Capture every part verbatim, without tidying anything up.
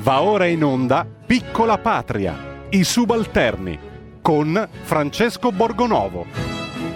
Va ora in onda Piccola Patria, i subalterni, con Francesco Borgonovo.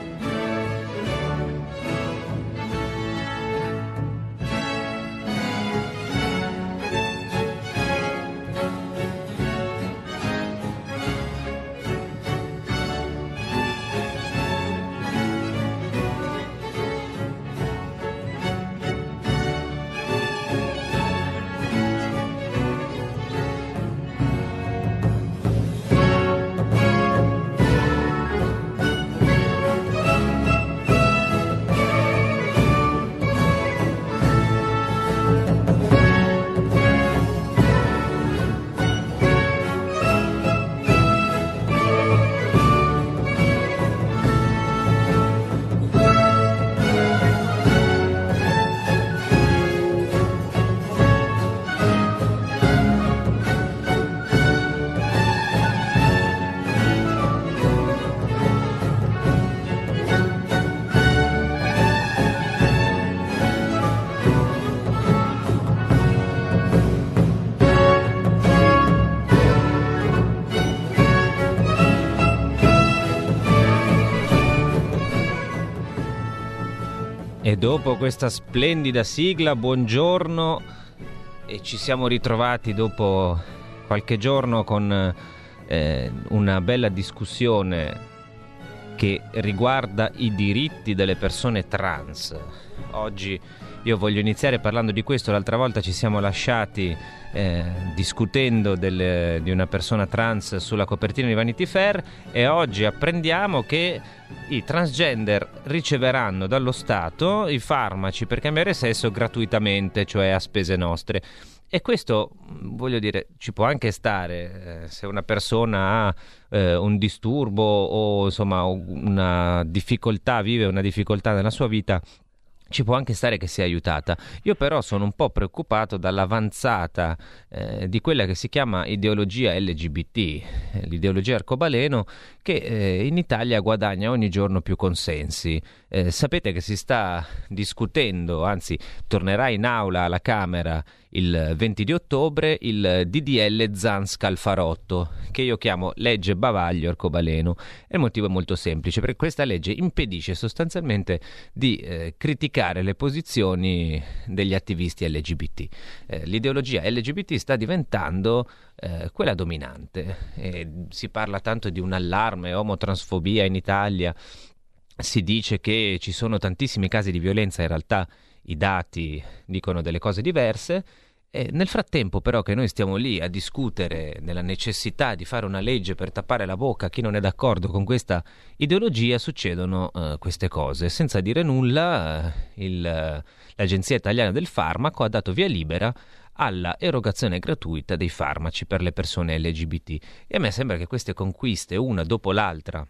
E dopo questa splendida sigla, buongiorno, e ci siamo ritrovati dopo qualche giorno con eh, una bella discussione che riguarda i diritti delle persone trans. Oggi io voglio iniziare parlando di questo. L'altra volta ci siamo lasciati eh, discutendo del, di una persona trans sulla copertina di Vanity Fair, e oggi apprendiamo che i transgender riceveranno dallo Stato i farmaci per cambiare sesso gratuitamente, cioè a spese nostre. E questo, voglio dire, ci può anche stare eh, se una persona ha eh, un disturbo o insomma una difficoltà, vive una difficoltà nella sua vita. Ci può anche stare che sia aiutata. Io però sono un po' preoccupato dall'avanzata eh, di quella che si chiama ideologia L G B T, eh, l'ideologia arcobaleno, che eh, in Italia guadagna ogni giorno più consensi. Eh, sapete che si sta discutendo, anzi tornerà in aula alla Camera il venti di ottobre, il D D L Zan-Scalfarotto, che io chiamo legge bavaglio arcobaleno. E il motivo è molto semplice, perché questa legge impedisce sostanzialmente di eh, criticare le posizioni degli attivisti L G B T. Eh, l'ideologia L G B T sta diventando eh, quella dominante. E si parla tanto di un allarme omotransfobia in Italia, si dice che ci sono tantissimi casi di violenza, in realtà i dati dicono delle cose diverse. E nel frattempo però che noi stiamo lì a discutere della necessità di fare una legge per tappare la bocca a chi non è d'accordo con questa ideologia, succedono uh, queste cose. Senza dire nulla, uh, il, uh, l'Agenzia Italiana del Farmaco ha dato via libera alla erogazione gratuita dei farmaci per le persone L G B T. E a me sembra che queste conquiste, una dopo l'altra,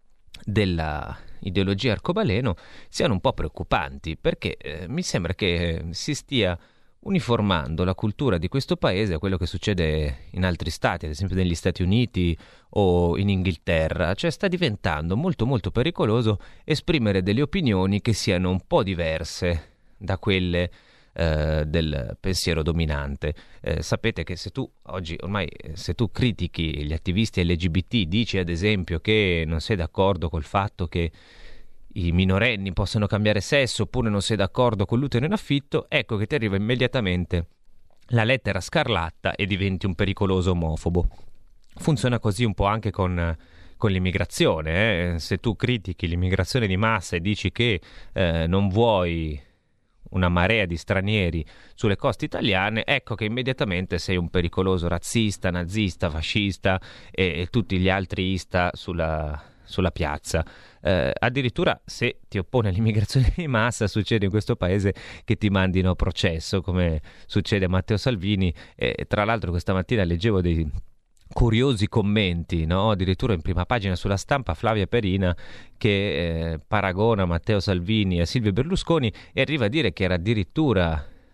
della ideologia arcobaleno siano un po' preoccupanti, perché eh, mi sembra che si stia uniformando la cultura di questo paese a quello che succede in altri stati, ad esempio negli Stati Uniti o in Inghilterra. Cioè sta diventando molto molto pericoloso esprimere delle opinioni che siano un po' diverse da quelle eh, del pensiero dominante. Eh, sapete che se tu oggi ormai se tu critichi gli attivisti L G B T, dici ad esempio che non sei d'accordo col fatto che i minorenni possono cambiare sesso, oppure non sei d'accordo con l'utero in affitto, ecco che ti arriva immediatamente la lettera scarlatta e diventi un pericoloso omofobo. Funziona così un po' anche con, con l'immigrazione. Eh? Se tu critichi l'immigrazione di massa e dici che eh, non vuoi una marea di stranieri sulle coste italiane, ecco che immediatamente sei un pericoloso razzista, nazista, fascista e, e tutti gli altri ista sulla, sulla piazza. Eh, addirittura se ti oppone all'immigrazione di massa succede in questo paese che ti mandino a processo, come succede a Matteo Salvini. E tra l'altro questa mattina leggevo dei curiosi commenti, no? Addirittura in prima pagina sulla Stampa Flavia Perina che eh, paragona Matteo Salvini a Silvio Berlusconi e arriva a dire che era addirittura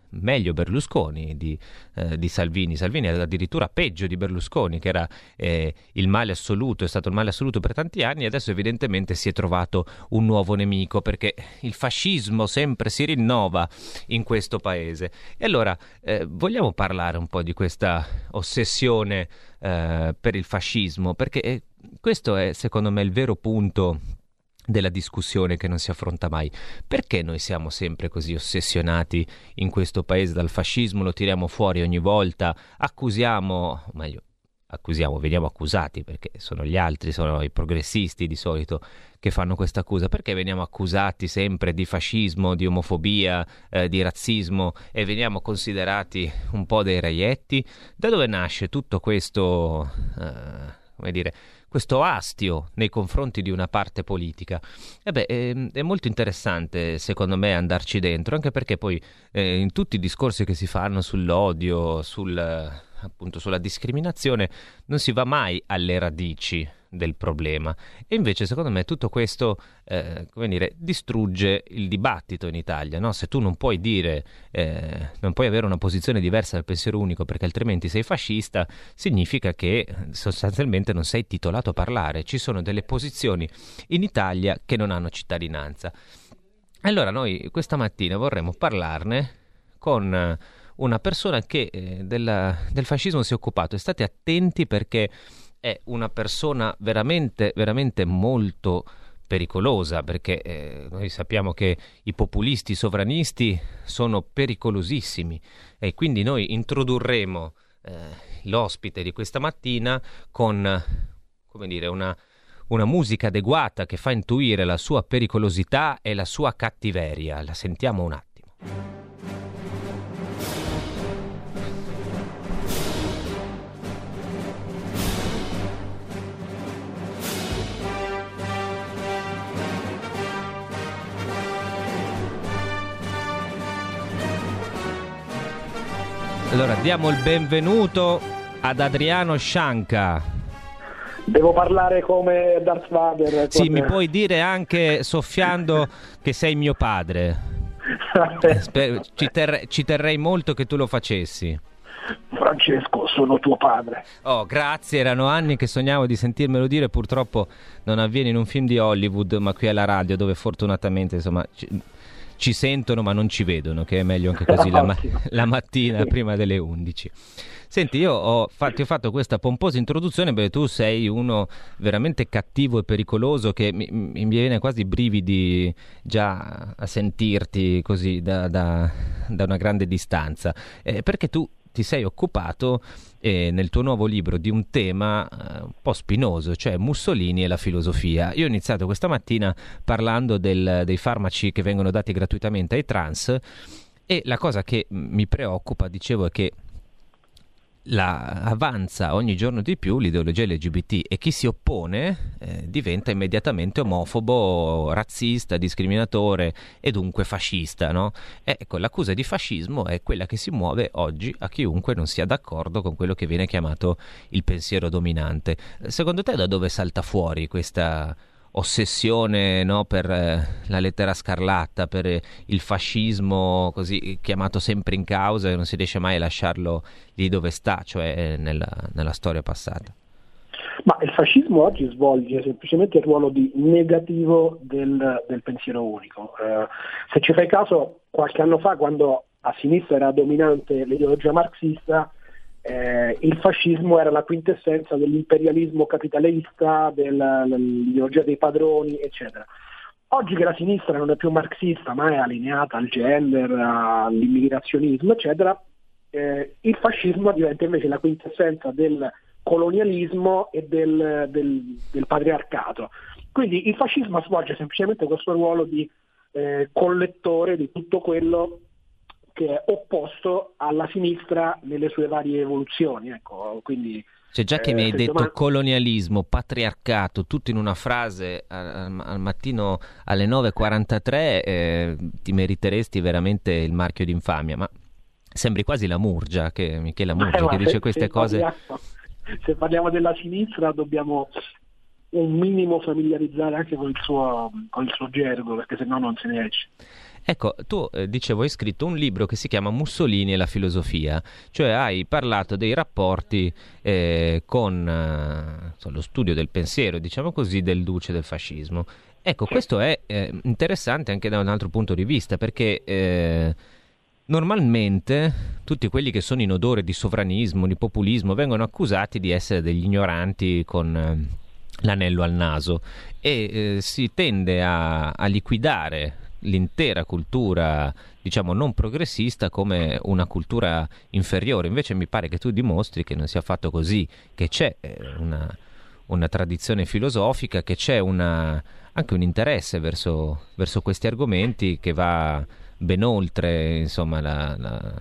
meglio Berlusconi di, eh, di Salvini. Salvini era addirittura peggio di Berlusconi, che era eh, il male assoluto, è stato il male assoluto per tanti anni, e adesso evidentemente si è trovato un nuovo nemico, perché il fascismo sempre si rinnova in questo paese. E allora eh, vogliamo parlare un po' di questa ossessione eh, per il fascismo, perché eh, questo è secondo me il vero punto della discussione che non si affronta mai. Perché noi siamo sempre così ossessionati in questo paese dal fascismo, lo tiriamo fuori ogni volta, accusiamo, o meglio, accusiamo, veniamo accusati, perché sono gli altri, sono i progressisti di solito che fanno questa accusa. Perché veniamo accusati sempre di fascismo, di omofobia, eh, di razzismo, e veniamo considerati un po' dei reietti? Da dove nasce tutto questo, eh, come dire, questo astio nei confronti di una parte politica? E beh, è, è molto interessante secondo me andarci dentro, anche perché poi eh, in tutti i discorsi che si fanno sull'odio, sul, appunto sulla discriminazione, non si va mai alle radici del problema, e invece secondo me tutto questo eh, come dire, distrugge il dibattito in Italia, no? Se tu non puoi dire eh, non puoi avere una posizione diversa dal pensiero unico perché altrimenti sei fascista, significa che sostanzialmente non sei titolato a parlare. Ci sono delle posizioni in Italia che non hanno cittadinanza. Allora noi questa mattina vorremmo parlarne con una persona che eh, della, del fascismo si è occupato, e state attenti perché è una persona veramente, veramente molto pericolosa, perché eh, noi sappiamo che i populisti sovranisti sono pericolosissimi, e quindi noi introdurremo eh, l'ospite di questa mattina con, come dire, una, una musica adeguata che fa intuire la sua pericolosità e la sua cattiveria. La sentiamo un attimo. Allora, diamo il benvenuto ad Adriano Scianca. Devo parlare come Darth Vader? Sì, come... mi puoi dire anche soffiando che sei mio padre. Spero, ci, ter- ci terrei molto che tu lo facessi. Francesco, sono tuo padre. Oh, grazie, erano anni che sognavo di sentirmelo dire, purtroppo non avviene in un film di Hollywood, ma qui alla radio, dove fortunatamente, insomma... Ci... ci sentono ma non ci vedono, che è meglio anche così la, ma- la mattina prima delle undici. Senti, io ho fatto, ti ho fatto questa pomposa introduzione perché tu sei uno veramente cattivo e pericoloso, che mi, mi viene quasi brividi già a sentirti così da, da, da una grande distanza, eh, perché tu ti sei occupato eh, nel tuo nuovo libro di un tema eh, un po' spinoso, cioè Mussolini e la filosofia. Io ho iniziato questa mattina parlando del, dei farmaci che vengono dati gratuitamente ai trans, e la cosa che mi preoccupa, dicevo, è che la avanza ogni giorno di più l'ideologia L G B T, e chi si oppone eh, diventa immediatamente omofobo, razzista, discriminatore e dunque fascista, no? E ecco, l'accusa di fascismo è quella che si muove oggi a chiunque non sia d'accordo con quello che viene chiamato il pensiero dominante. Secondo te da dove salta fuori questa ossessione, no, per eh, la lettera scarlatta, per eh, il fascismo così chiamato sempre in causa, e non si riesce mai a lasciarlo lì dove sta, cioè nella, nella storia passata? Ma il fascismo oggi svolge semplicemente il ruolo di negativo del, del pensiero unico. Eh, se ci fai caso, qualche anno fa, quando a sinistra era dominante l'ideologia marxista, Eh, il fascismo era la quintessenza dell'imperialismo capitalista, del, dell'ideologia dei padroni, eccetera. Oggi che la sinistra non è più marxista, ma è allineata al gender, all'immigrazionismo, eccetera, eh, il fascismo diventa invece la quintessenza del colonialismo e del, del, del patriarcato. Quindi il fascismo svolge semplicemente questo ruolo di eh, collettore di tutto quello che è opposto alla sinistra nelle sue varie evoluzioni, ecco, quindi... Cioè, già che eh, mi hai detto domani... colonialismo, patriarcato, tutto in una frase al, al mattino alle nove e quarantatré, eh, ti meriteresti veramente il marchio d'infamia, ma sembri quasi la Murgia, che, Michela Murgia, eh, che dice se, queste se cose... Parliamo, se parliamo della sinistra dobbiamo un minimo familiarizzare anche con il suo, con il suo gergo, perché se no non se ne esce. Ecco, tu eh, dicevo hai scritto un libro che si chiama Mussolini e la filosofia, cioè hai parlato dei rapporti eh, con eh, so, lo studio del pensiero, diciamo così, del duce del fascismo. Ecco, questo è eh, interessante anche da un altro punto di vista, perché eh, normalmente tutti quelli che sono in odore di sovranismo, di populismo, vengono accusati di essere degli ignoranti con eh, l'anello al naso e eh, si tende a, a liquidare l'intera cultura, diciamo, non progressista come una cultura inferiore. Invece mi pare che tu dimostri che non sia affatto così, che c'è eh, una, una tradizione filosofica, che c'è una, anche un interesse verso, verso questi argomenti che va ben oltre, insomma, la, la,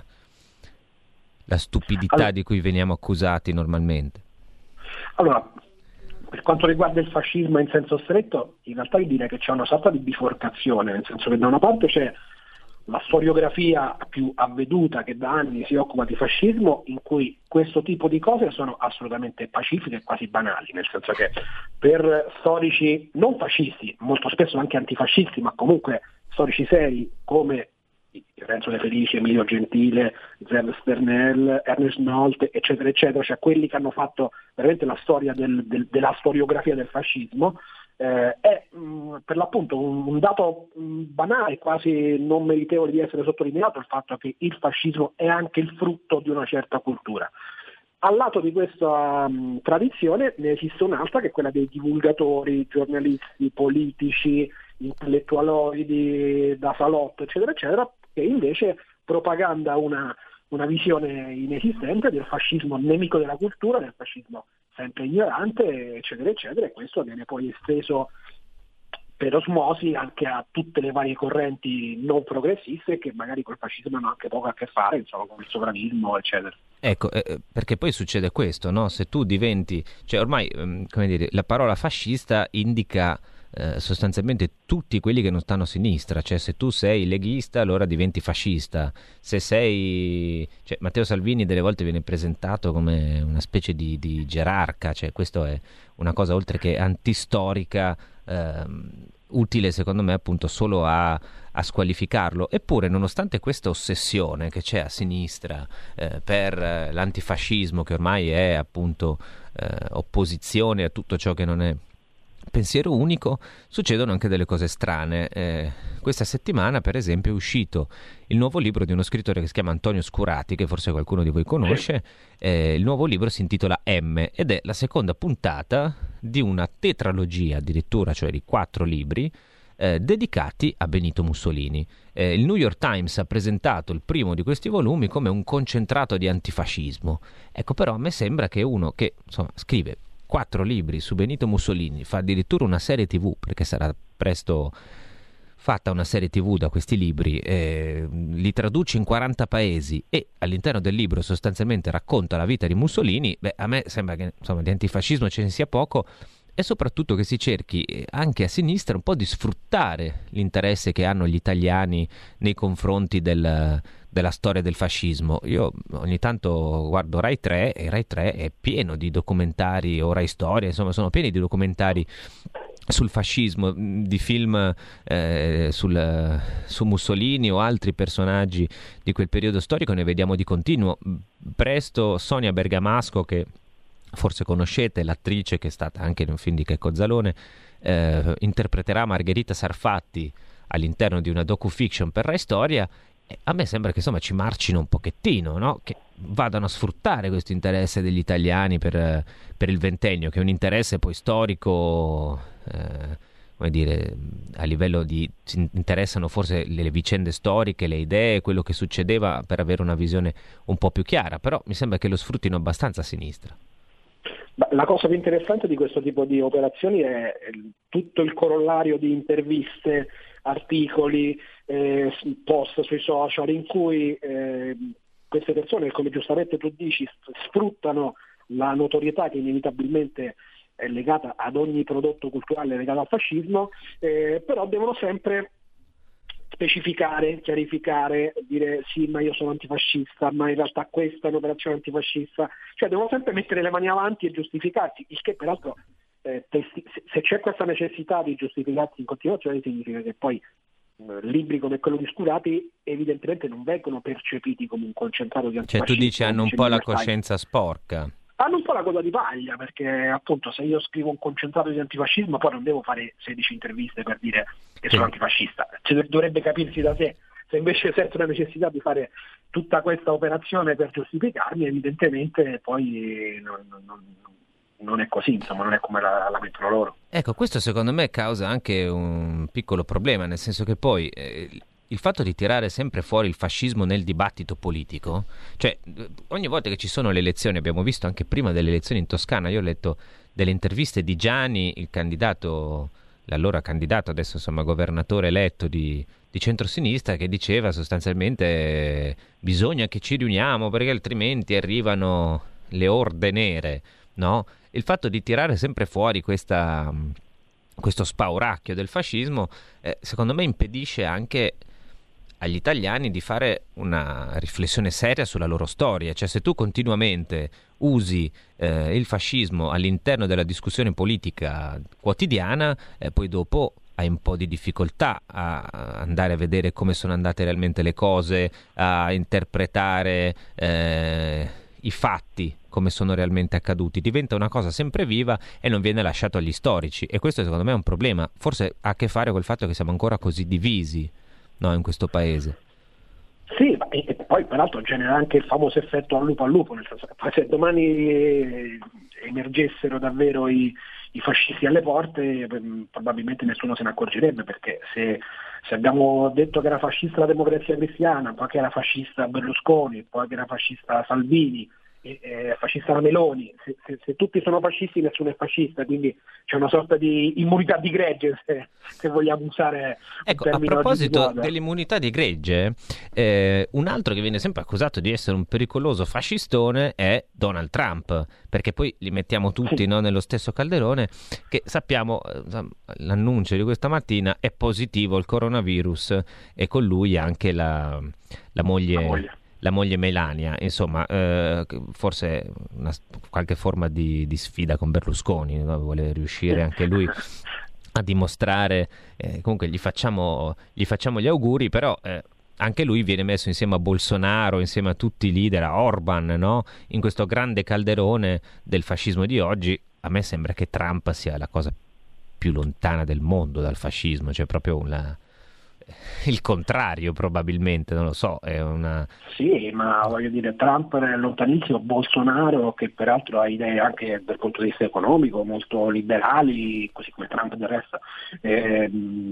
la stupidità allora, di cui veniamo accusati normalmente. Allora, per quanto riguarda il fascismo in senso stretto, in realtà io direi che c'è una sorta di biforcazione, nel senso che da una parte c'è la storiografia più avveduta che da anni si occupa di fascismo, in cui questo tipo di cose sono assolutamente pacifiche e quasi banali, nel senso che per storici non fascisti, molto spesso anche antifascisti, ma comunque storici seri come Renzo De Felice, Emilio Gentile, Zeb Sternel, Ernest Nolte, eccetera, eccetera, cioè quelli che hanno fatto veramente la storia del, del, della storiografia del fascismo, eh, è mh, per l'appunto un, un dato mh, banale, quasi non meritevole di essere sottolineato, il fatto che il fascismo è anche il frutto di una certa cultura. Al lato di questa um, tradizione ne esiste un'altra, che è quella dei divulgatori, giornalisti, politici, intellettualoidi da salotto, eccetera, eccetera, che invece propaganda una, una visione inesistente del fascismo nemico della cultura, del fascismo sempre ignorante, eccetera, eccetera, e questo viene poi esteso per osmosi anche a tutte le varie correnti non progressiste che magari col fascismo hanno anche poco a che fare, insomma, con il sovranismo, eccetera. Ecco, eh, perché poi succede questo, no? Se tu diventi, cioè ormai, ehm, come dire, la parola fascista indica eh, sostanzialmente tutti quelli che non stanno a sinistra, cioè se tu sei leghista allora diventi fascista, se sei, cioè Matteo Salvini delle volte viene presentato come una specie di, di gerarca, cioè questo è una cosa oltre che antistorica, ehm, utile secondo me appunto solo a, a squalificarlo. Eppure nonostante questa ossessione che c'è a sinistra eh, per eh, l'antifascismo, che ormai è appunto eh, opposizione a tutto ciò che non è pensiero unico, succedono anche delle cose strane. Eh, questa settimana per esempio è uscito il nuovo libro di uno scrittore che si chiama Antonio Scurati, che forse qualcuno di voi conosce. Eh, il nuovo libro si intitola M ed è la seconda puntata di una tetralogia addirittura, cioè di quattro libri eh, dedicati a Benito Mussolini. Eh, il New York Times ha presentato il primo di questi volumi come un concentrato di antifascismo. Ecco, però a me sembra che uno che insomma scrive quattro libri su Benito Mussolini, fa addirittura una serie tivù, perché sarà presto fatta una serie tivù da questi libri, eh, li traduce in quaranta paesi e all'interno del libro sostanzialmente racconta la vita di Mussolini. Beh, a me sembra che insomma di antifascismo ce ne sia poco, e soprattutto che si cerchi anche a sinistra un po' di sfruttare l'interesse che hanno gli italiani nei confronti del, della storia del fascismo. Io ogni tanto guardo Rai tre e Rai tre è pieno di documentari, o Rai Storia, insomma sono pieni di documentari sul fascismo, di film eh, sul, su Mussolini o altri personaggi di quel periodo storico, ne vediamo di continuo. Presto Sonia Bergamasco, che forse conoscete, l'attrice che è stata anche in un film di Checco Zalone, eh, interpreterà Margherita Sarfatti all'interno di una docu-fiction per Rai Storia. E a me sembra che insomma ci marcino un pochettino, no? Che vadano a sfruttare questo interesse degli italiani per, per il ventennio, che è un interesse poi storico, eh, come dire, a livello di, ci interessano forse le, le vicende storiche, le idee, quello che succedeva, per avere una visione un po' più chiara, però mi sembra che lo sfruttino abbastanza a sinistra. La cosa più interessante di questo tipo di operazioni è tutto il corollario di interviste, articoli, eh, post sui social in cui eh, queste persone, come giustamente tu dici, sfruttano la notorietà che inevitabilmente è legata ad ogni prodotto culturale legato al fascismo, eh, però devono sempre specificare, chiarificare, dire sì ma io sono antifascista, ma in realtà questa è un'operazione antifascista, cioè devono sempre mettere le mani avanti e giustificarsi, il che peraltro eh, testi- se c'è questa necessità di giustificarsi in continuazione, significa che poi eh, libri come quello di Scurati evidentemente non vengono percepiti come un concentrato di antifascismo. Cioè tu dici hanno un po' la coscienza sporca. Hanno un po' la coda di paglia, perché appunto se io scrivo un concentrato di antifascismo poi non devo fare sedici interviste per dire che sono antifascista, cioè, dovrebbe capirsi da sé. Se invece sento la necessità di fare tutta questa operazione per giustificarmi, evidentemente poi non, non, non è così, insomma, non è come la, la mettono loro. Ecco, questo secondo me causa anche un piccolo problema, nel senso che poi eh, il fatto di tirare sempre fuori il fascismo nel dibattito politico, cioè ogni volta che ci sono le elezioni, abbiamo visto anche prima delle elezioni in Toscana, io ho letto delle interviste di Gianni, il candidato, l'allora candidato, adesso insomma governatore eletto di, di centrosinistra, che diceva sostanzialmente eh, bisogna che ci riuniamo perché altrimenti arrivano le orde nere, no? Il fatto di tirare sempre fuori questa, questo spauracchio del fascismo eh, secondo me impedisce anche agli italiani di fare una riflessione seria sulla loro storia. Cioè se tu continuamente usi eh, il fascismo all'interno della discussione politica quotidiana, eh, poi dopo hai un po' di difficoltà a andare a vedere come sono andate realmente le cose, a interpretare eh, i fatti come sono realmente accaduti. Diventa una cosa sempre viva e non viene lasciato agli storici, e questo secondo me è un problema. Forse ha a che fare col fatto che siamo ancora così divisi, no, in questo paese. Sì, ma e poi peraltro genera anche il famoso effetto al lupo al lupo, nel senso che poi se domani emergessero davvero i, i fascisti alle porte, probabilmente nessuno se ne accorgerebbe, perché se, se abbiamo detto che era fascista la Democrazia Cristiana, poi che era fascista Berlusconi, poi che era fascista Salvini, eh, fascista la Meloni, se, se, se tutti sono fascisti nessuno è fascista, quindi c'è una sorta di immunità di gregge, se, se vogliamo usare ecco, un a termine proposito di dell'immunità di gregge, eh, un altro che viene sempre accusato di essere un pericoloso fascistone è Donald Trump, perché poi li mettiamo tutti, sì, no, nello stesso calderone, che sappiamo, l'annuncio di questa mattina è positivo il coronavirus, e con lui anche la, la moglie... La moglie. La moglie Melania, insomma, eh, forse una, qualche forma di, di sfida con Berlusconi, no? Vuole riuscire anche lui a dimostrare, eh, comunque gli facciamo, gli facciamo gli auguri, però eh, anche lui viene messo insieme a Bolsonaro, insieme a tutti i leader, a Orban, no? In questo grande calderone del fascismo di oggi. A me sembra che Trump sia la cosa più lontana del mondo dal fascismo, cioè proprio una... il contrario probabilmente, non lo so, è una... Sì, ma voglio dire, Trump è lontanissimo, Bolsonaro, che peraltro ha idee anche dal punto di vista economico molto liberali, così come Trump del resto, eh,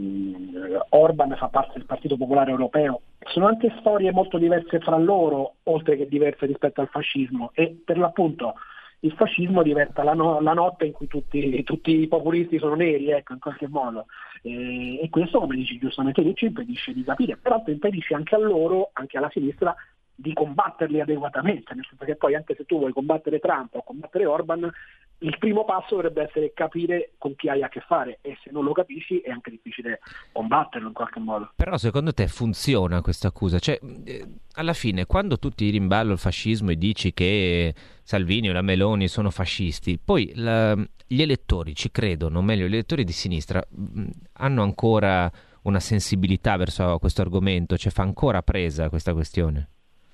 Orban fa parte del Partito Popolare Europeo, sono anche storie molto diverse fra loro, oltre che diverse rispetto al fascismo, e per l'appunto il fascismo diventa la, no- la notte in cui tutti, tutti i populisti sono neri, ecco, in qualche modo. E, e questo, come dici giustamente tu, ci impedisce di capire, peraltro impedisce anche a loro, anche alla sinistra, di combatterli adeguatamente, nel senso che poi anche se tu vuoi combattere Trump o combattere Orban, il primo passo dovrebbe essere capire con chi hai a che fare, e se non lo capisci è anche difficile combatterlo in qualche modo. Però secondo te funziona questa accusa? Cioè, eh, alla fine, quando tu tiri in ballo il fascismo e dici che Salvini o la Meloni sono fascisti, poi la, gli elettori ci credono, o meglio gli elettori di sinistra mh, hanno ancora una sensibilità verso questo argomento, cioè fa ancora presa questa questione?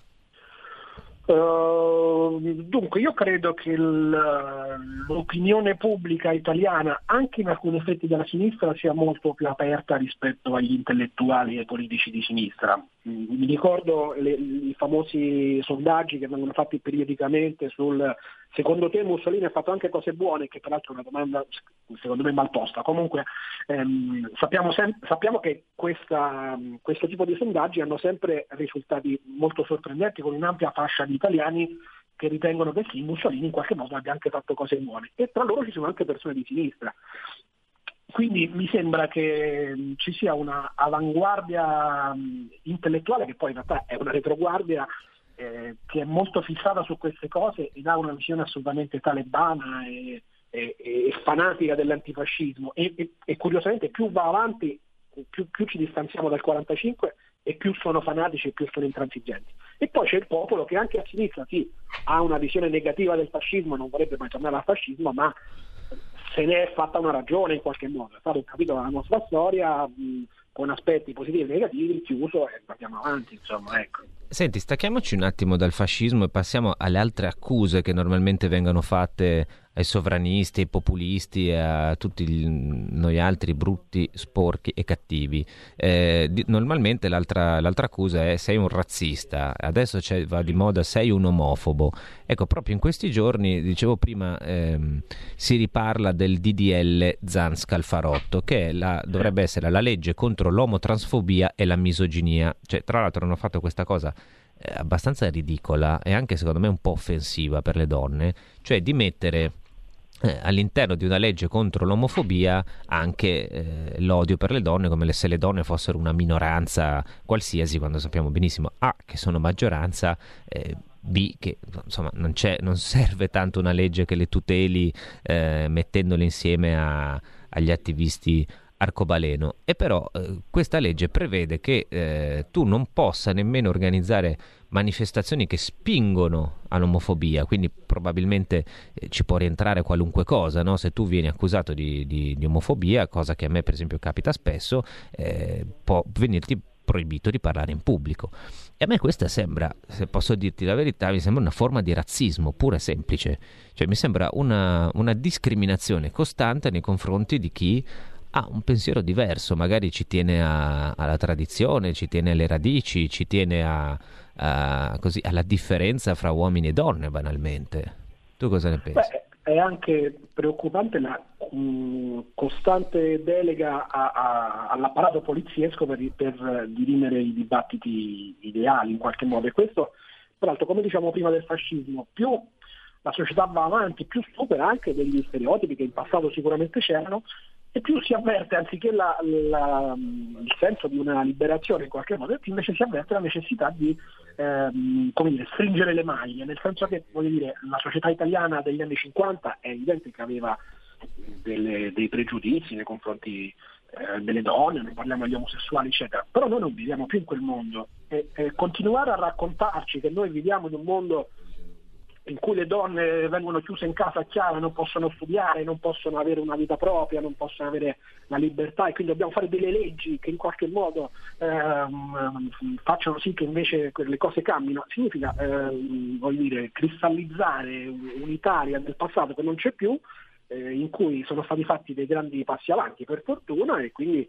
Uh, dunque io credo che il, l'opinione pubblica italiana, anche in alcuni effetti della sinistra, sia molto più aperta rispetto agli intellettuali e politici di sinistra. Mi ricordo le, i famosi sondaggi che vengono fatti periodicamente sul secondo te Mussolini ha fatto anche cose buone, che peraltro è una domanda secondo me mal posta. Comunque ehm, sappiamo, sem- sappiamo che questa, questo tipo di sondaggi hanno sempre risultati molto sorprendenti, con un'ampia fascia di italiani che ritengono che sì, Mussolini in qualche modo abbia anche fatto cose buone, e tra loro ci sono anche persone di sinistra. Quindi mi sembra che mh, ci sia una avanguardia mh, intellettuale, che poi in realtà è una retroguardia, eh, che è molto fissata su queste cose ed ha una visione assolutamente talebana e, e, e fanatica dell'antifascismo, e, e, e curiosamente più va avanti, più, più ci distanziamo dal quarantacinque e più sono fanatici e più sono intransigenti. E poi c'è il popolo che anche a sinistra sì, ha una visione negativa del fascismo, non vorrebbe mai tornare al fascismo, ma se ne è fatta una ragione in qualche modo, è stato un capitolo della nostra storia mh, con aspetti positivi e negativi, chiuso e andiamo avanti, insomma, ecco. Senti, stacchiamoci un attimo dal fascismo e passiamo alle altre accuse che normalmente vengono fatte ai sovranisti, ai populisti e a tutti gli, noi altri brutti, sporchi e cattivi. Eh, di, normalmente l'altra, l'altra accusa è sei un razzista, adesso c'è, va di moda sei un omofobo. Ecco, proprio in questi giorni, dicevo prima, ehm, si riparla del D D L Zan-Scalfarotto, che è la, dovrebbe essere la legge contro l'omotransfobia e la misoginia. Cioè, tra l'altro hanno fatto questa cosa eh, abbastanza ridicola e anche secondo me un po' offensiva per le donne, cioè di mettere Eh, all'interno di una legge contro l'omofobia anche eh, l'odio per le donne, come se le donne fossero una minoranza qualsiasi, quando sappiamo benissimo A, che sono maggioranza, eh, B, che insomma non, c'è, non serve tanto una legge che le tuteli eh, mettendole insieme a, agli attivisti arcobaleno. E però eh, questa legge prevede che eh, tu non possa nemmeno organizzare manifestazioni che spingono all'omofobia, quindi probabilmente eh, ci può rientrare qualunque cosa, no? Se tu vieni accusato di, di, di omofobia, cosa che a me per esempio capita spesso, eh, può venirti proibito di parlare in pubblico. E a me questa sembra, se posso dirti la verità, mi sembra una forma di razzismo pura e semplice, cioè mi sembra una, una discriminazione costante nei confronti di chi ha un pensiero diverso, magari ci tiene a, alla tradizione, ci tiene alle radici, ci tiene a, a, così, alla differenza fra uomini e donne, banalmente. Tu cosa ne pensi? Beh, è anche preoccupante la mh, costante delega a, a, all'apparato poliziesco per, per dirimere i dibattiti ideali in qualche modo, e questo peraltro, come diciamo prima del fascismo, più la società va avanti, più supera anche degli stereotipi che in passato sicuramente c'erano, e più si avverte, anziché la, la, il senso di una liberazione in qualche modo, invece si avverte la necessità di ehm, come dire, stringere le maglie, nel senso che, voglio dire, la società italiana degli anni cinquanta è evidente che aveva delle, dei pregiudizi nei confronti eh, delle donne, non parliamo degli omosessuali eccetera, però noi non viviamo più in quel mondo, e, e continuare a raccontarci che noi viviamo in un mondo in cui le donne vengono chiuse in casa chiara, non possono studiare, non possono avere una vita propria, non possono avere la libertà, e quindi dobbiamo fare delle leggi che in qualche modo ehm, facciano sì che invece le cose cambino, significa ehm, voglio dire, cristallizzare un'Italia del passato che non c'è più, eh, in cui sono stati fatti dei grandi passi avanti per fortuna, e quindi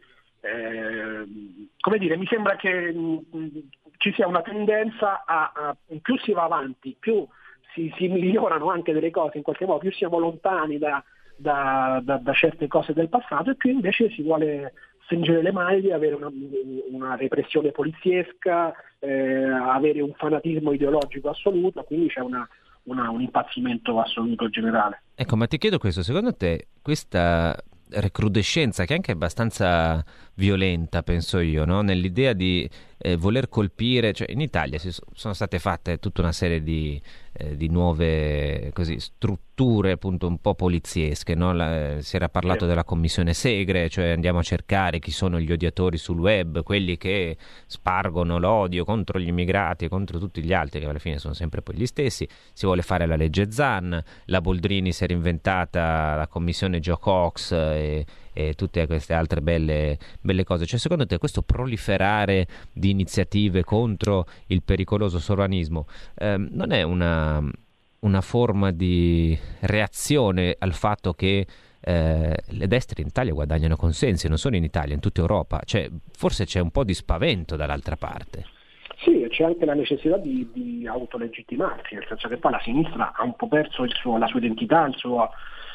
eh, come dire, mi sembra che mh, ci sia una tendenza a, a più si va avanti, più Si, si migliorano anche delle cose in qualche modo, più siamo lontani da, da, da, da certe cose del passato, e più invece si vuole stringere le maglie, avere una, una repressione poliziesca, eh, avere un fanatismo ideologico assoluto, quindi c'è una, una, un impazzimento assoluto generale. Ecco, ma ti chiedo questo, secondo te questa recrudescenza, che è anche abbastanza violenta, penso io, no? Nell'idea di eh, voler colpire, cioè in Italia si so, sono state fatte tutta una serie di, eh, di nuove così, strutture appunto un po' poliziesche, no? La, si era parlato sì. della commissione Segre, cioè andiamo a cercare chi sono gli odiatori sul web, quelli che spargono l'odio contro gli immigrati e contro tutti gli altri, che alla fine sono sempre poi gli stessi. Si vuole fare la legge Zan, la Boldrini si era inventata la commissione Joe Cox e, e tutte queste altre belle, belle cose. Cioè, secondo te questo proliferare di iniziative contro il pericoloso sovranismo ehm, non è una, una forma di reazione al fatto che eh, le destre in Italia guadagnano consensi, non solo in Italia, in tutta Europa? Cioè, forse c'è un po' di spavento dall'altra parte. Sì, c'è anche la necessità di, di autolegittimarsi, nel senso che poi la sinistra ha un po' perso il suo, la sua identità, il suo,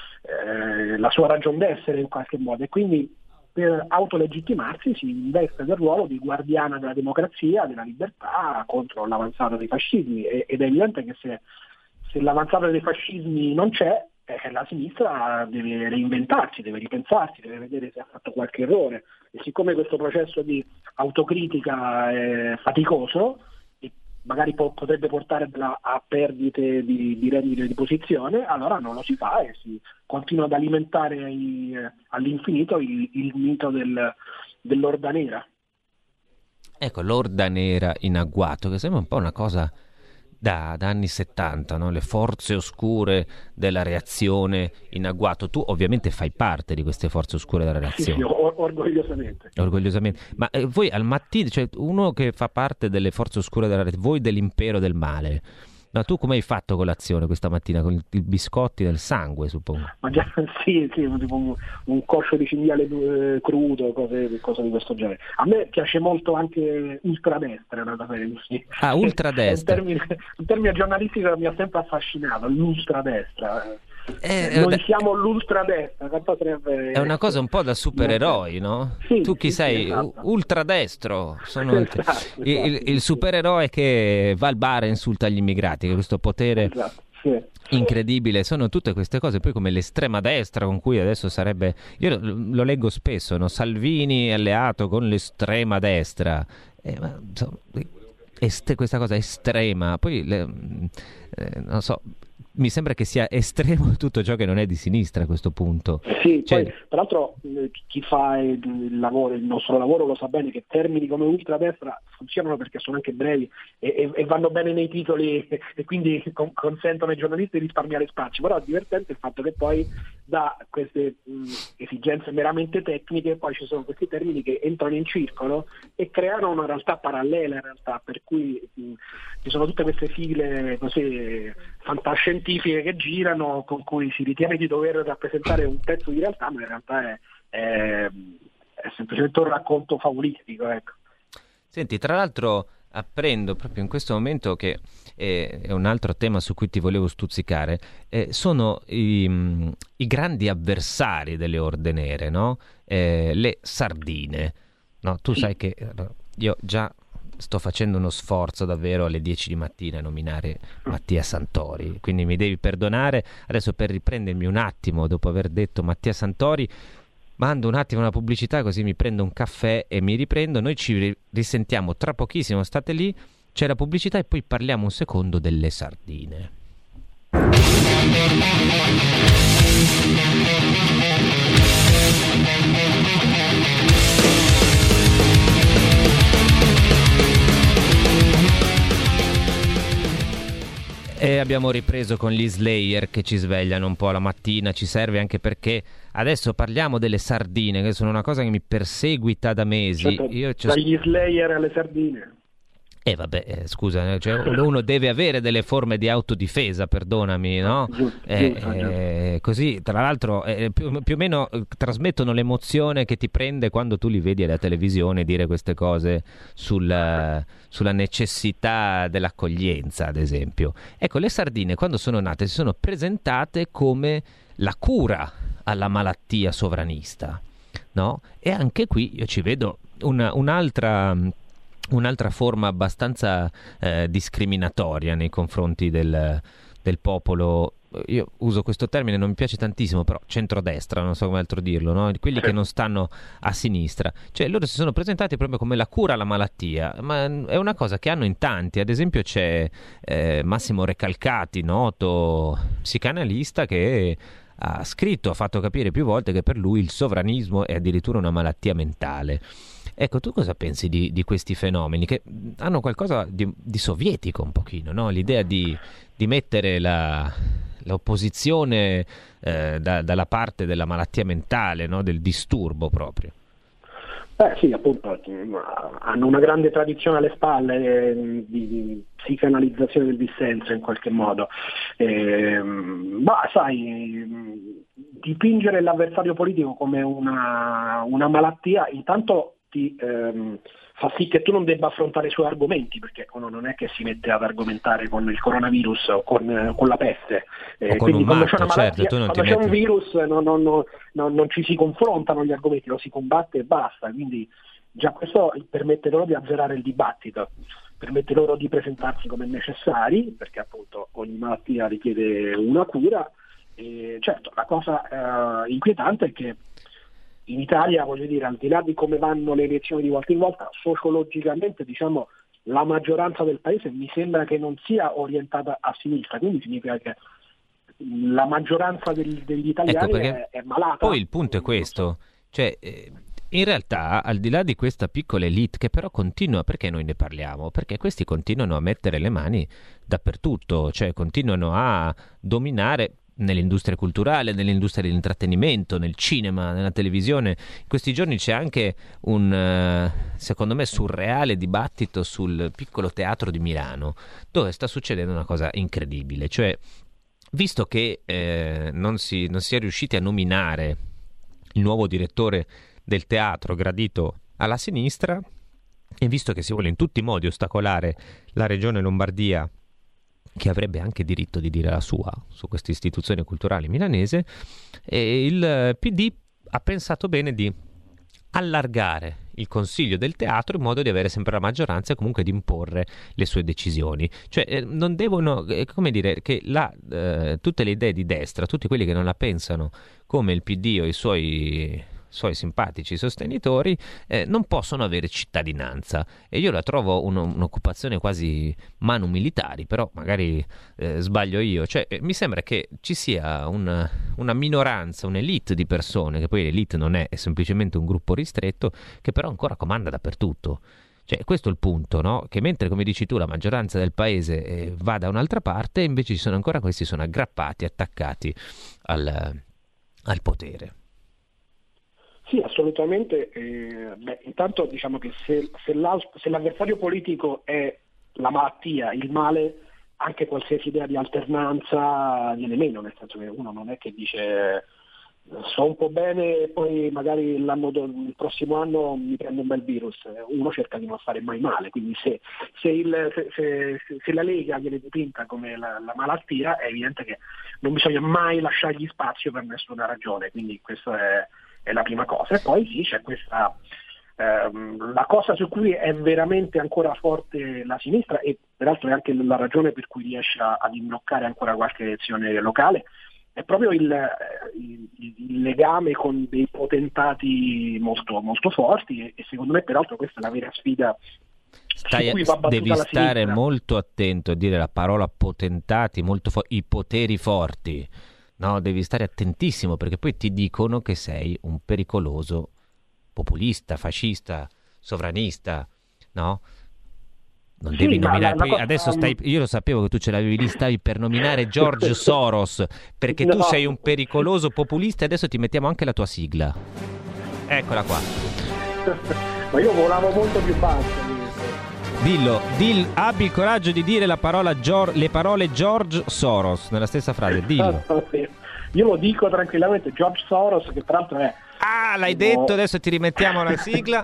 eh, la sua ragion d'essere in qualche modo, e quindi per autolegittimarsi si investe del ruolo di guardiana della democrazia, della libertà contro l'avanzata dei fascismi, ed è evidente che se, se l'avanzata dei fascismi non c'è, eh, la sinistra deve reinventarsi, deve ripensarsi, deve vedere se ha fatto qualche errore, e siccome questo processo di autocritica è faticoso e magari po- potrebbe portare a, a perdite di, di reddito di posizione, allora non lo si fa e si continua ad alimentare i, all'infinito il, il mito del, dell'orda nera. Ecco, l'orda nera in agguato, che sembra un po' una cosa da, da anni settanta, no? Le forze oscure della reazione in agguato. Tu ovviamente fai parte di queste forze oscure della reazione. Sì, sì, or- orgogliosamente. Orgogliosamente. Ma eh, voi al mattino, cioè uno che fa parte delle forze oscure della reazione, voi dell'impero del male, no, tu come hai fatto colazione questa mattina? Con i biscotti nel sangue, suppongo. Ma già, sì, sì, tipo un, un coscio di cinghiale eh, crudo, cose, cose di questo genere. A me piace molto anche ultradestra, da sapere così. Ah, ultradestra. È un termine, un termine giornalistico che mi ha sempre affascinato, l'ultradestra. Eh, Noi da... siamo l'ultradestra, quanto sarebbe... È una cosa un po' da supereroi, no? Sì, tu chi sì, sei? sì, esatto. Ultradestro. Sono Esatto, esatto, il, il, il supereroe che va al bar e insulta gli immigrati, che questo potere esatto, sì. incredibile. Sono tutte queste cose, poi come l'estrema destra con cui adesso sarebbe... Io lo, lo leggo spesso, no? Salvini è alleato con l'estrema destra. Eh, ma, insomma, este, questa cosa estrema, poi le, eh, non so... Mi sembra che sia estremo tutto ciò che non è di sinistra a questo punto. Sì, cioè... poi tra l'altro chi fa il, il lavoro, il nostro lavoro lo sa bene che termini come ultradestra funzionano perché sono anche brevi e, e, e vanno bene nei titoli e, e quindi con, consentono ai giornalisti di risparmiare spazio. Però è divertente il fatto che poi da queste mh, esigenze meramente tecniche poi ci sono questi termini che entrano in circolo e creano una realtà parallela in realtà, per cui mh, ci sono tutte queste sigle così fantascientifiche che girano con cui si ritiene di dover rappresentare un pezzo di realtà, ma in realtà è, è, è semplicemente un racconto favolistico, ecco. Senti, tra l'altro apprendo proprio in questo momento che eh, è un altro tema su cui ti volevo stuzzicare, eh, sono i, mh, i grandi avversari delle orde nere, no? Eh, le sardine, no? Tu Sì. sai che io già sto facendo uno sforzo davvero alle dieci di mattina a nominare Mattia Santori, quindi mi devi perdonare. Adesso, per riprendermi un attimo dopo aver detto Mattia Santori, mando un attimo una pubblicità così mi prendo un caffè e mi riprendo. Noi ci risentiamo tra pochissimo, state lì, c'è la pubblicità e poi parliamo un secondo delle sardine. E abbiamo ripreso con gli Slayer che ci svegliano un po' la mattina, ci serve anche perché adesso parliamo delle sardine, che sono una cosa che mi perseguita da mesi. Certo, Io dagli Slayer alle sardine. E eh vabbè, eh, scusa, cioè, uno deve avere delle forme di autodifesa, perdonami, no? Giusto, Eh, giusto, eh, così, tra l'altro, eh, più, più o meno eh, trasmettono l'emozione che ti prende quando tu li vedi alla televisione dire queste cose sul, sulla necessità dell'accoglienza, ad esempio. Ecco, le sardine, quando sono nate, si sono presentate come la cura alla malattia sovranista, no? E anche qui io ci vedo una, un'altra... un'altra forma abbastanza eh, discriminatoria nei confronti del, del popolo. Io uso questo termine, non mi piace tantissimo, però centrodestra, non so come altro dirlo, no? Quelli che non stanno a sinistra, cioè loro si sono presentati proprio come la cura alla malattia, ma è una cosa che hanno in tanti. Ad esempio c'è eh, Massimo Recalcati, noto psicanalista, che ha scritto, ha fatto capire più volte che per lui il sovranismo è addirittura una malattia mentale. Ecco, tu cosa pensi di, di questi fenomeni che hanno qualcosa di, di sovietico un pochino, no? L'idea di, di mettere la, l'opposizione eh, da, dalla parte della malattia mentale, no? Del disturbo proprio. Beh sì, appunto, hanno una grande tradizione alle spalle eh, di, di psicanalizzazione del dissenso in qualche modo. Eh, ma sai, dipingere l'avversario politico come una, una malattia, intanto ti ehm, fa sì che tu non debba affrontare i suoi argomenti, perché uno non è che si mette ad argomentare con il coronavirus o con, con la peste, eh, o con quindi un quando matto, c'è una malattia, certo, tu non quando ti c'è metti... un virus non, non, non, non, non ci si confrontano gli argomenti, lo si combatte e basta, quindi già questo permette loro di azzerare il dibattito, permette loro di presentarsi come necessari, perché appunto ogni malattia richiede una cura. E certo, la cosa eh, inquietante è che in Italia, voglio dire, al di là di come vanno le elezioni di volta in volta, sociologicamente, diciamo, la maggioranza del paese mi sembra che non sia orientata a sinistra, quindi significa che la maggioranza del, degli italiani ecco, è, è malata. Poi il punto è questo, cioè eh, in realtà, al di là di questa piccola elite che però continua, perché noi ne parliamo? Perché questi continuano a mettere le mani dappertutto, cioè continuano a dominare nell'industria culturale, nell'industria dell'intrattenimento, nel cinema, nella televisione. In questi giorni c'è anche un, secondo me, surreale dibattito sul piccolo teatro di Milano, dove sta succedendo una cosa incredibile, cioè visto che eh, non si, non si è riusciti a nominare il nuovo direttore del teatro gradito alla sinistra, e visto che si vuole in tutti i modi ostacolare la regione Lombardia, che avrebbe anche diritto di dire la sua su questa istituzione culturale milanese, e il P D ha pensato bene di allargare il consiglio del teatro in modo di avere sempre la maggioranza e comunque di imporre le sue decisioni. Cioè eh, non devono, eh, come dire, che la, eh, tutte le idee di destra, tutti quelli che non la pensano come il P D o i suoi suoi simpatici sostenitori, eh, non possono avere cittadinanza, e io la trovo un, un'occupazione quasi manu militari, però magari eh, sbaglio io, cioè eh, mi sembra che ci sia una, una minoranza, un'elite di persone, che poi l'elite non è, è semplicemente un gruppo ristretto, che però ancora comanda dappertutto. Cioè, questo è il punto, no? Che mentre, come dici tu, la maggioranza del paese eh, va da un'altra parte, invece ci sono ancora questi, sono aggrappati, attaccati al, al potere. Sì, assolutamente. Eh, beh, intanto diciamo che se, se, se l'avversario politico è la malattia, il male, anche qualsiasi idea di alternanza viene meno, nel senso che uno non è che dice sto un po' bene e poi magari l'anno do, il prossimo anno mi prende un bel virus. Uno cerca di non fare mai male, quindi se, se, il, se, se, se la Lega viene dipinta come la, la malattia, è evidente che non bisogna mai lasciargli spazio per nessuna ragione, quindi questo è è la prima cosa. E poi sì, c'è questa ehm, la cosa su cui è veramente ancora forte la sinistra, e peraltro è anche la ragione per cui riesce a, ad imbloccare ancora qualche elezione locale, è proprio il, il, il legame con dei potentati molto, molto forti, e, e secondo me peraltro questa è la vera sfida. Stai, devi stare molto attento a dire la parola potentati, molto fo- i poteri forti. No, devi stare attentissimo, perché poi ti dicono che sei un pericoloso populista, fascista, sovranista, no? Non sì, devi nominare. Poi cosa... adesso stai. Io lo sapevo che tu ce l'avevi lì, stavi per nominare George Soros, perché no. Tu sei un pericoloso populista, e adesso ti mettiamo anche la tua sigla. Eccola qua. Ma io volavo molto più basso. Dillo, dill, abbi il coraggio di dire la parola Gior- le parole George Soros nella stessa frase, dillo. Io lo dico tranquillamente, George Soros, che tra l'altro è... Ah, l'hai detto, adesso ti rimettiamo la sigla.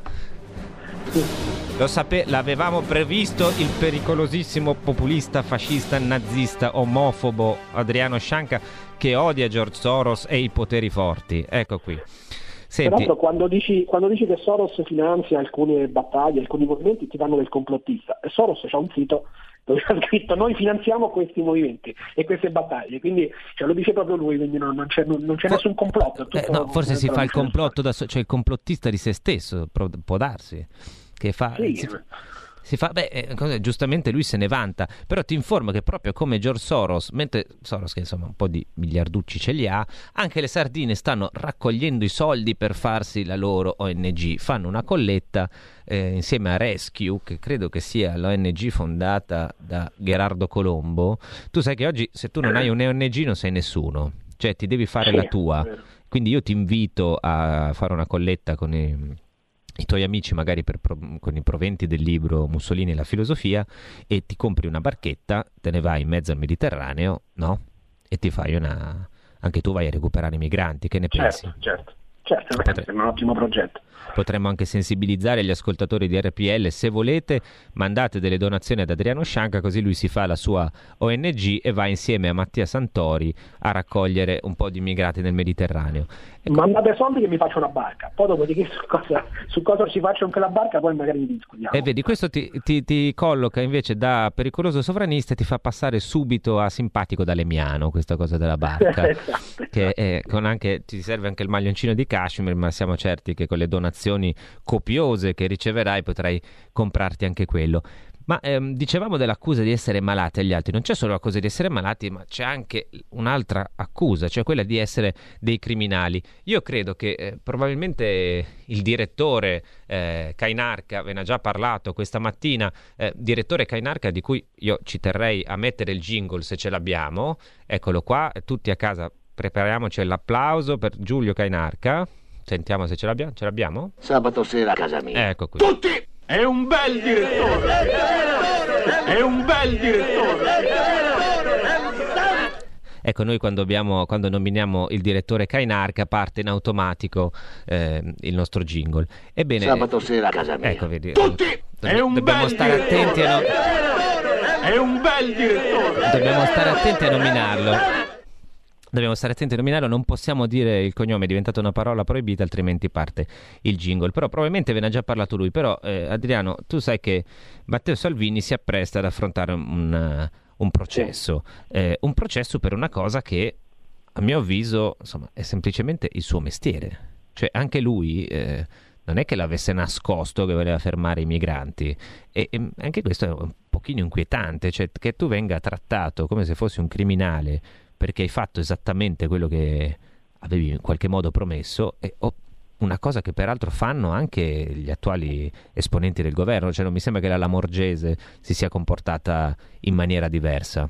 Lo sape- l'avevamo previsto, il pericolosissimo populista, fascista, nazista, omofobo Adriano Scianca, che odia George Soros e i poteri forti. Ecco qui. Senti. Peraltro quando dici, quando dici che Soros finanzia alcune battaglie, alcuni movimenti, ti danno del complottista. E Soros c'ha un sito dove ha scritto noi finanziamo questi movimenti e queste battaglie, quindi cioè, lo dice proprio lui, quindi non, non c'è, non c'è For- nessun complotto. Eh, no, forse si fa il complotto, da so- cioè il complottista di se stesso, può darsi, che fa... Sì. Si, si fa, beh, eh, giustamente lui se ne vanta, però ti informo che proprio come George Soros, mentre Soros che insomma un po' di miliarducci ce li ha, anche le sardine stanno raccogliendo i soldi per farsi la loro O N G, fanno una colletta eh, insieme a Rescue, che credo che sia l'O N G fondata da Gherardo Colombo. Tu sai che oggi se tu non hai un O N G non sei nessuno, cioè ti devi fare sì, la tua, quindi io ti invito a fare una colletta con i i tuoi amici magari per pro- con i proventi del libro Mussolini e la filosofia, e ti compri una barchetta, te ne vai in mezzo al Mediterraneo, no? E ti fai una... anche tu vai a recuperare i migranti, che ne certo, pensi? Certo, certo, Potre... è un ottimo progetto. Potremmo anche sensibilizzare gli ascoltatori di R P L, se volete mandate delle donazioni ad Adriano Scianca, così lui si fa la sua O N G e va insieme a Mattia Santori a raccogliere un po' di immigrati nel Mediterraneo. Ecco. Mandate soldi che mi faccio una barca, poi dopodiché su cosa, su cosa ci faccio anche la barca poi magari ne discutiamo. E vedi, questo ti, ti, ti colloca invece da pericoloso sovranista e ti fa passare subito a simpatico da Lemiano, questa cosa della barca. Esatto. Che è, con anche, ti serve anche il maglioncino di cashmere, ma siamo certi che con le donazioni copiose che riceverai potrai comprarti anche quello. Ma ehm, dicevamo dell'accusa di essere malati agli altri. Non c'è solo l'accusa di essere malati, ma c'è anche un'altra accusa, cioè quella di essere dei criminali. Io credo che eh, probabilmente il direttore eh, Cainarca, ve ne ha già parlato questa mattina, eh, direttore Cainarca, di cui io ci terrei a mettere il jingle se ce l'abbiamo. Eccolo qua, tutti a casa, prepariamoci l'applauso per Giulio Cainarca. Sentiamo se ce l'abbiamo. Ce l'abbiamo? Sabato sera a casa mia. Ecco qui. Tutti! È un bel direttore! È un bel direttore! Ecco, noi quando, abbiamo, quando nominiamo il direttore Cainarca parte in automatico eh, il nostro jingle. Ebbene, Sabato sera a casa mia. Ecco, vedi, Tutti! do- È un dobbiamo bel stare direttore! attenti a no- È un bel direttore! dobbiamo stare attenti a nominarlo. Dobbiamo stare attenti a nominarlo, non possiamo dire il cognome, è diventata una parola proibita, altrimenti parte il jingle. Però probabilmente ve ne ha già parlato lui. Però eh, Adriano, tu sai che Matteo Salvini si appresta ad affrontare un, un processo, eh, un processo per una cosa che a mio avviso insomma è semplicemente il suo mestiere. Cioè anche lui eh, non è che l'avesse nascosto che voleva fermare i migranti, e, e anche questo è un pochino inquietante, cioè che tu venga trattato come se fossi un criminale perché hai fatto esattamente quello che avevi in qualche modo promesso, e oh, una cosa che peraltro fanno anche gli attuali esponenti del governo. Cioè non mi sembra che la Lamorgese si sia comportata in maniera diversa.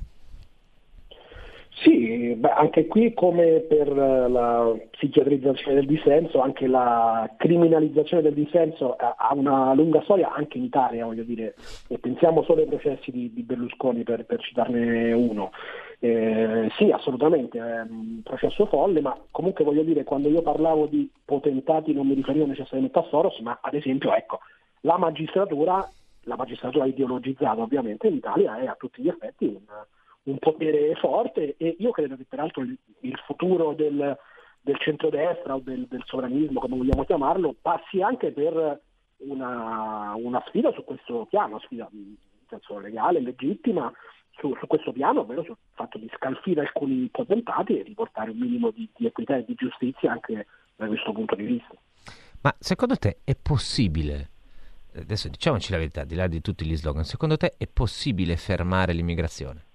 Sì, beh, anche qui come per la psichiatrizzazione del dissenso, anche la criminalizzazione del dissenso ha una lunga storia anche in Italia, voglio dire, e pensiamo solo ai processi di, di Berlusconi per, per citarne uno. Eh, sì, assolutamente, è un processo folle, ma comunque voglio dire, quando io parlavo di potentati non mi riferivo necessariamente a Soros, ma ad esempio, ecco, la magistratura, la magistratura ideologizzata ovviamente in Italia è a tutti gli effetti un un potere forte, e io credo che peraltro il, il futuro del, del centrodestra o del, del sovranismo, come vogliamo chiamarlo, passi anche per una, una sfida su questo piano, sfida in senso legale, legittima, su, su questo piano, ovvero sul fatto di scalfire alcuni potentati e riportare un minimo di, di equità e di giustizia anche da questo punto di vista. Ma secondo te è possibile, adesso diciamoci la verità, al di là di tutti gli slogan, secondo te è possibile fermare l'immigrazione?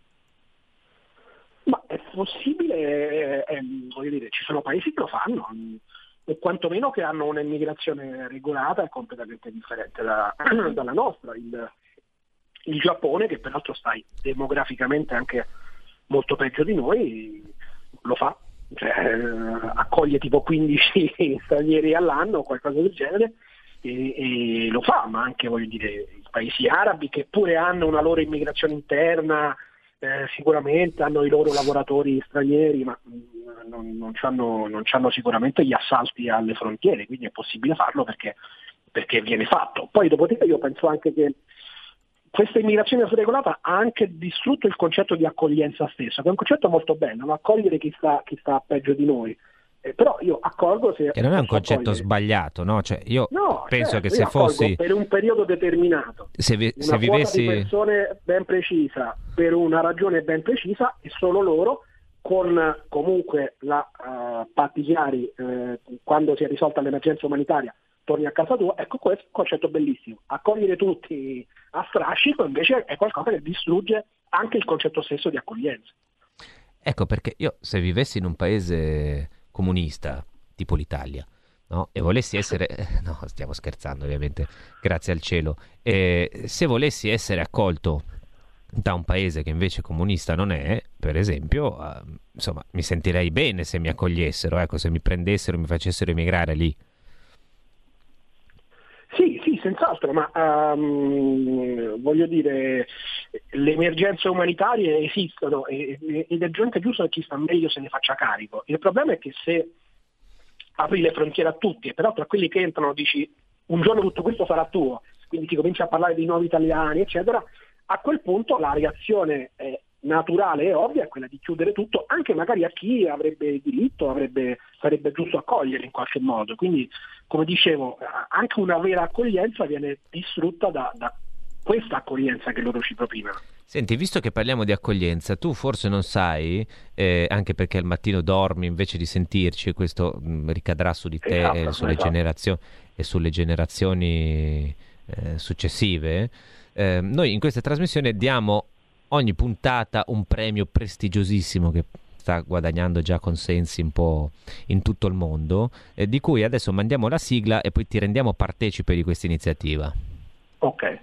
Ma è possibile, eh, voglio dire, ci sono paesi che lo fanno, o quantomeno che hanno un'immigrazione regolata e completamente differente da, dalla nostra. Il, il Giappone, che peraltro sta demograficamente anche molto peggio di noi, lo fa, cioè, eh, accoglie tipo quindici stranieri all'anno o qualcosa del genere, e, e lo fa, ma anche, voglio dire, i paesi arabi, che pure hanno una loro immigrazione interna. Eh, sicuramente hanno i loro lavoratori stranieri, ma mh, non, non, c'hanno, non c'hanno sicuramente gli assalti alle frontiere, quindi è possibile farlo perché, perché viene fatto. Poi dopodiché io penso anche che questa immigrazione sregolata ha anche distrutto il concetto di accoglienza stesso, che è un concetto molto bello, ma accogliere chi sta, chi sta peggio di noi. Eh, però io accolgo se... Che non è un concetto accogliere. sbagliato, no? Cioè io no, penso certo, che se io accolgo fossi... per un periodo determinato, se, vi, una se vivessi... quota di persone ben precisa, per una ragione ben precisa, e solo loro, con comunque la uh, patti chiari, eh, quando si è risolta l'emergenza umanitaria, torni a casa tua. Ecco, questo è un concetto bellissimo. Accogliere tutti a strascico invece è qualcosa che distrugge anche il concetto stesso di accoglienza. Ecco perché io, se vivessi in un paese comunista tipo l'Italia, no? E volessi essere no, stiamo scherzando ovviamente, grazie al cielo, e se volessi essere accolto da un paese che invece comunista non è, per esempio, uh, insomma, mi sentirei bene se mi accogliessero, ecco, se mi prendessero e mi facessero emigrare lì. Sì, sì, senz'altro, ma um, voglio dire, le emergenze umanitarie esistono e, ed è anche giusto che chi sta meglio se ne faccia carico. Il problema è che se apri le frontiere a tutti e però tra quelli che entrano dici un giorno tutto questo sarà tuo, quindi si comincia a parlare di nuovi italiani, eccetera, a quel punto la reazione è naturale e ovvia è quella di chiudere tutto, anche magari a chi avrebbe diritto, avrebbe, sarebbe giusto accogliere in qualche modo. Quindi, come dicevo, anche una vera accoglienza viene distrutta da, da questa accoglienza che loro ci propinano. Senti, visto che parliamo di accoglienza, tu forse non sai, eh, anche perché al mattino dormi invece di sentirci, questo mh, ricadrà su di te esatto, e sulle esatto. generazioni e sulle generazioni eh, successive, eh, noi in questa trasmissione diamo ogni puntata un premio prestigiosissimo che sta guadagnando già consensi un po' in tutto il mondo, eh, di cui adesso mandiamo la sigla e poi ti rendiamo partecipe di questa iniziativa. Ok.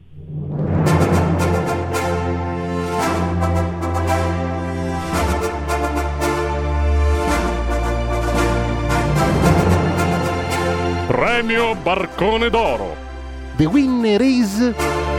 Premio Barcone d'Oro. The winner is...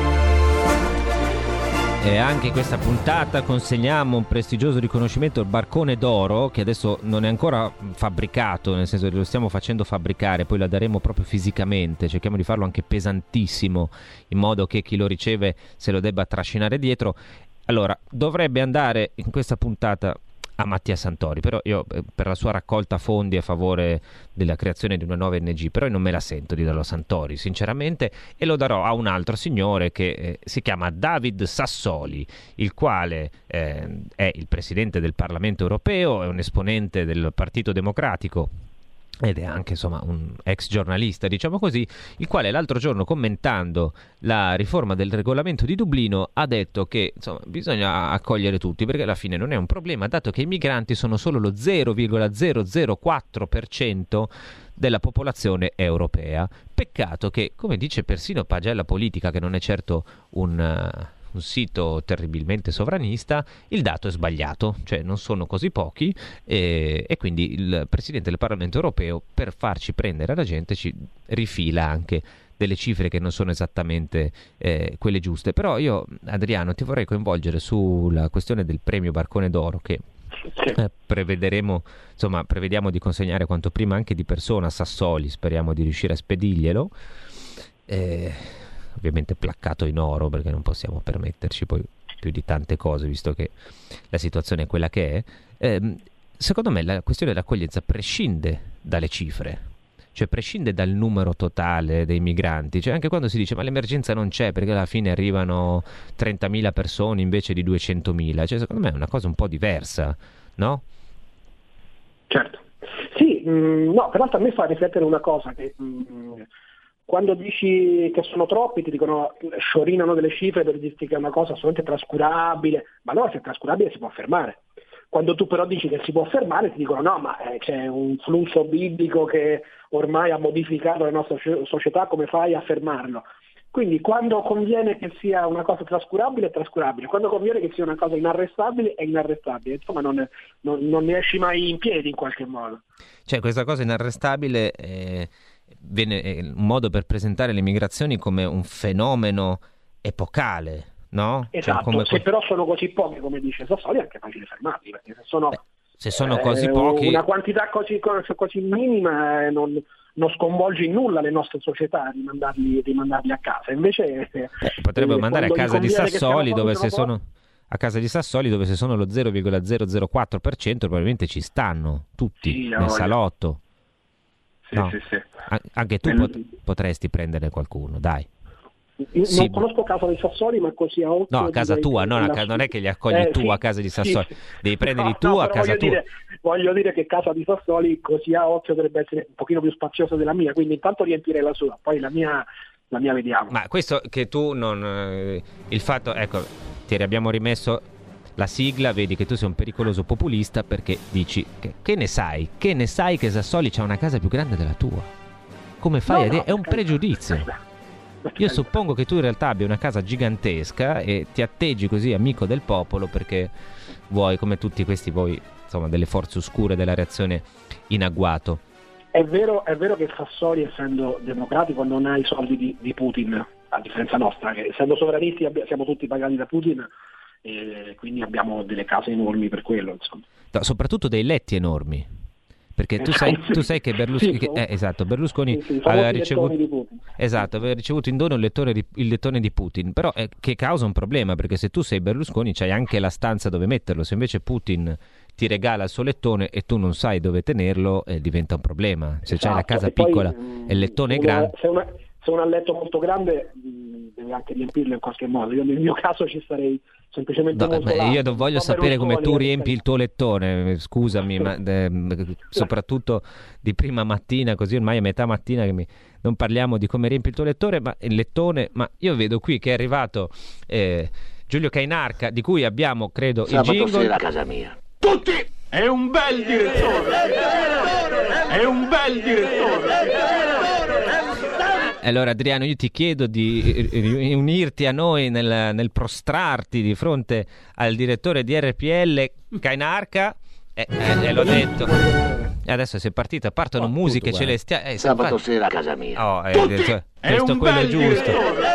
E anche in questa puntata consegniamo un prestigioso riconoscimento, il Barcone d'Oro, che adesso non è ancora fabbricato, nel senso che lo stiamo facendo fabbricare, poi la daremo proprio fisicamente, cerchiamo di farlo anche pesantissimo, in modo che chi lo riceve se lo debba trascinare dietro. Allora, dovrebbe andare in questa puntata a Mattia Santori, però io eh, per la sua raccolta fondi a favore della creazione di una nuova O N G, però io non me la sento di darlo a Santori sinceramente, e lo darò a un altro signore che eh, si chiama David Sassoli, il quale eh, è il presidente del Parlamento europeo, è un esponente del Partito Democratico ed è anche insomma un ex giornalista, diciamo così, il quale l'altro giorno, commentando la riforma del regolamento di Dublino, ha detto che insomma bisogna accogliere tutti, perché alla fine non è un problema, dato che i migranti sono solo lo zero virgola zero zero quattro per cento della popolazione europea. Peccato che, come dice persino Pagella Politica, che non è certo un uh, un sito terribilmente sovranista, il dato è sbagliato, cioè non sono così pochi, e, e quindi il Presidente del Parlamento europeo, per farci prendere alla gente, ci rifila anche delle cifre che non sono esattamente eh, quelle giuste. Però io, Adriano, ti vorrei coinvolgere sulla questione del premio Barcone d'Oro, che eh, prevederemo, insomma, prevediamo di consegnare quanto prima anche di persona a Sassoli, speriamo di riuscire a spedirglielo. Eh, ovviamente placcato in oro, perché non possiamo permetterci poi più di tante cose, visto che la situazione è quella che è. Eh, secondo me la questione dell'accoglienza prescinde dalle cifre, cioè prescinde dal numero totale dei migranti, cioè anche quando si dice ma l'emergenza non c'è perché alla fine arrivano trentamila persone invece di duecentomila, cioè secondo me è una cosa un po' diversa, no? Certo. Sì, mh, no, peraltro a me fa riflettere una cosa, che mh, quando dici che sono troppi ti dicono, sciorinano delle cifre per dirti che è una cosa assolutamente trascurabile, ma allora se è trascurabile si può fermare. Quando tu però dici che si può fermare ti dicono no, ma eh, c'è un flusso biblico che ormai ha modificato la nostra società, come fai a fermarlo? Quindi quando conviene che sia una cosa trascurabile è trascurabile, quando conviene che sia una cosa inarrestabile è inarrestabile, insomma non, non, non ne esci mai in piedi in qualche modo. Cioè questa cosa inarrestabile è, viene, è un modo per presentare le migrazioni come un fenomeno epocale, no? Esatto, cioè, come... se però sono così pochi come dice Sassoli è anche facile fermarli, perché se sono, Beh, se sono eh, così pochi... una quantità così, così minima eh, non... non sconvolge in nulla le nostre società di mandarli, di mandarli a casa. Invece eh, potrebbe eh, mandare a casa di Sassoli, dove se sono a casa di Sassoli dove se sono lo zero virgola zero zero quattro per cento probabilmente ci stanno tutti sì, nel salotto. Sì, no. sì, sì. A- anche tu pot- potresti prendere qualcuno, dai. Io sì. Non conosco casa di Sassoli, ma così a occhio. No, a casa tua, non, a, non è che li accogli eh, tu sì, a casa di Sassoli, sì. devi prenderli no, tu no, a casa voglio tua. Dire, voglio dire che casa di Sassoli così a occhio dovrebbe essere un pochino più spaziosa della mia, quindi intanto riempirei la sua, poi la mia, la mia vediamo. Ma questo che tu non... Eh, il fatto, ecco, ti abbiamo rimesso la sigla, vedi che tu sei un pericoloso populista perché dici che, che ne sai, che ne sai che Sassoli c'ha una casa più grande della tua? Come fai No, a dire? no, È un pregiudizio. Io suppongo che tu in realtà abbia una casa gigantesca e ti atteggi così amico del popolo perché vuoi, come tutti questi voi, insomma, delle forze oscure della reazione in agguato. È vero, è vero che Sassoli, essendo democratico, non ha i soldi di, di Putin, a differenza nostra, che essendo sovranisti abbi- siamo tutti pagati da Putin e quindi abbiamo delle case enormi per quello, insomma. No, soprattutto dei letti enormi. Perché tu sai, tu sai che Berlusconi, sì, che, eh, esatto, Berlusconi sì, sì, aveva ricevuto, di Putin. esatto, aveva ricevuto in dono il lettore, di, il lettone di Putin, però eh, che causa un problema, perché se tu sei Berlusconi c'hai anche la stanza dove metterlo, se invece Putin ti regala il suo lettone e tu non sai dove tenerlo, eh, diventa un problema. Se esatto. c'hai la casa e poi, piccola mh, e il lettone è una, grande... Se, una, se uno ha letto molto grande mh, deve anche riempirlo in qualche modo. Io nel mio caso ci starei, semplicemente No, molto io largo, non voglio un po' sapere come tu Berlusconi, riempi il tuo lettone, scusami, ma eh, soprattutto di prima mattina, così ormai è metà mattina che mi... non parliamo di come riempi il tuo lettore, ma il lettone, ma io vedo qui che è arrivato eh, Giulio Cainarca, di cui abbiamo, credo, Sabato il jingle. sera a casa mia. Tutti! È un bel direttore! È un bel direttore! Allora Adriano, io ti chiedo di unirti a noi nel, nel prostrarti di fronte al direttore di R P L Cainarca, eh, eh, eh, l'ho detto, e adesso sei partita, partono Oh, musiche tutto, celestiali, eh, Sabato infatti... sera a casa mia. oh, eh, Tutti! eh, È questo un quello è bel giusto. direttore!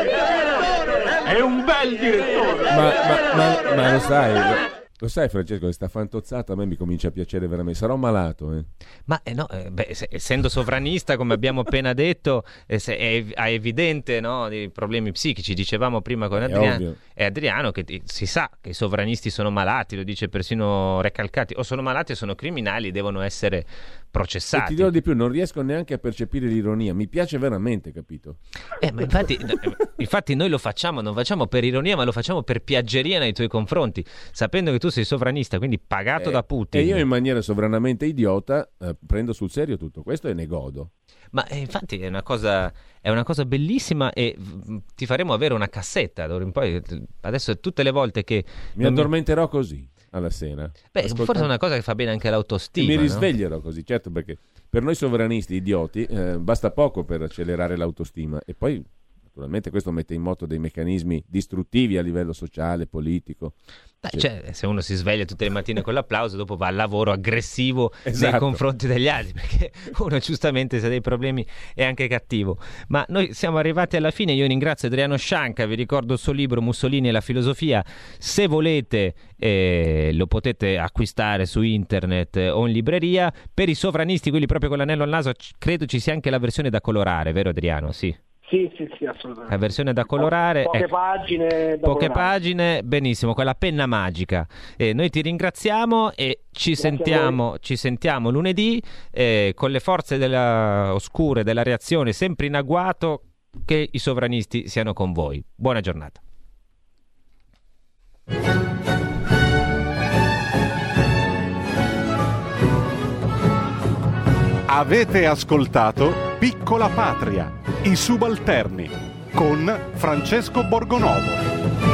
È un bel direttore! Ma, ma, ma, ma lo sai, lo, lo sai Francesco, questa fantozzata a me mi comincia a piacere veramente. Sarò malato, eh? Ma eh, no, eh, beh, se, essendo sovranista, come abbiamo appena detto, eh, se, è, è evidente, no, di problemi psichici. Dicevamo prima con È Adriano, ovvio. è Adriano che ti- si sa che i sovranisti sono malati, lo dice persino Recalcati, o sono malati o sono criminali, devono essere E processati. ti dirò di più, non riesco neanche a percepire l'ironia. Mi piace veramente, capito? Eh, ma infatti, eh, infatti noi lo facciamo, non facciamo per ironia, ma lo facciamo per piaggeria nei tuoi confronti, sapendo che tu sei sovranista, quindi pagato Eh, da Putin. E io in maniera sovranamente idiota eh, prendo sul serio tutto questo e ne godo. Ma eh, infatti è una cosa, è una cosa bellissima e mm, ti faremo avere una cassetta d'ora in poi. Adesso tutte le volte che Mi non addormenterò così alla sera. Beh, ascoltando- forse è una cosa che fa bene anche E all'autostima. mi no? risveglierò così, certo, perché per noi sovranisti idioti eh, basta poco per accelerare l'autostima e poi naturalmente questo mette in moto dei meccanismi distruttivi a livello sociale, politico. Beh, Sì. cioè, se uno si sveglia tutte le mattine con l'applauso, dopo va al lavoro aggressivo nei Esatto. confronti degli altri, perché uno giustamente se ha dei problemi è anche cattivo. Ma noi siamo arrivati alla fine, io ringrazio Adriano Scianca, vi ricordo il suo libro Mussolini e la filosofia, se volete eh, lo potete acquistare su internet eh, o in libreria. Per i sovranisti, quelli proprio con l'anello al naso, c- credo ci sia anche la versione da colorare, vero Adriano? Sì. Sì, sì, sì, assolutamente. La versione da colorare, Poche ecco. pagine da Poche colorare. pagine, benissimo, quella penna magica. Eh, noi ti ringraziamo e ci Grazie a sentiamo, ci sentiamo lunedì eh, con le forze della oscure della reazione sempre in agguato, che i sovranisti siano con voi. Buona giornata. Avete ascoltato Piccola Patria, i subalterni con Francesco Borgonovo.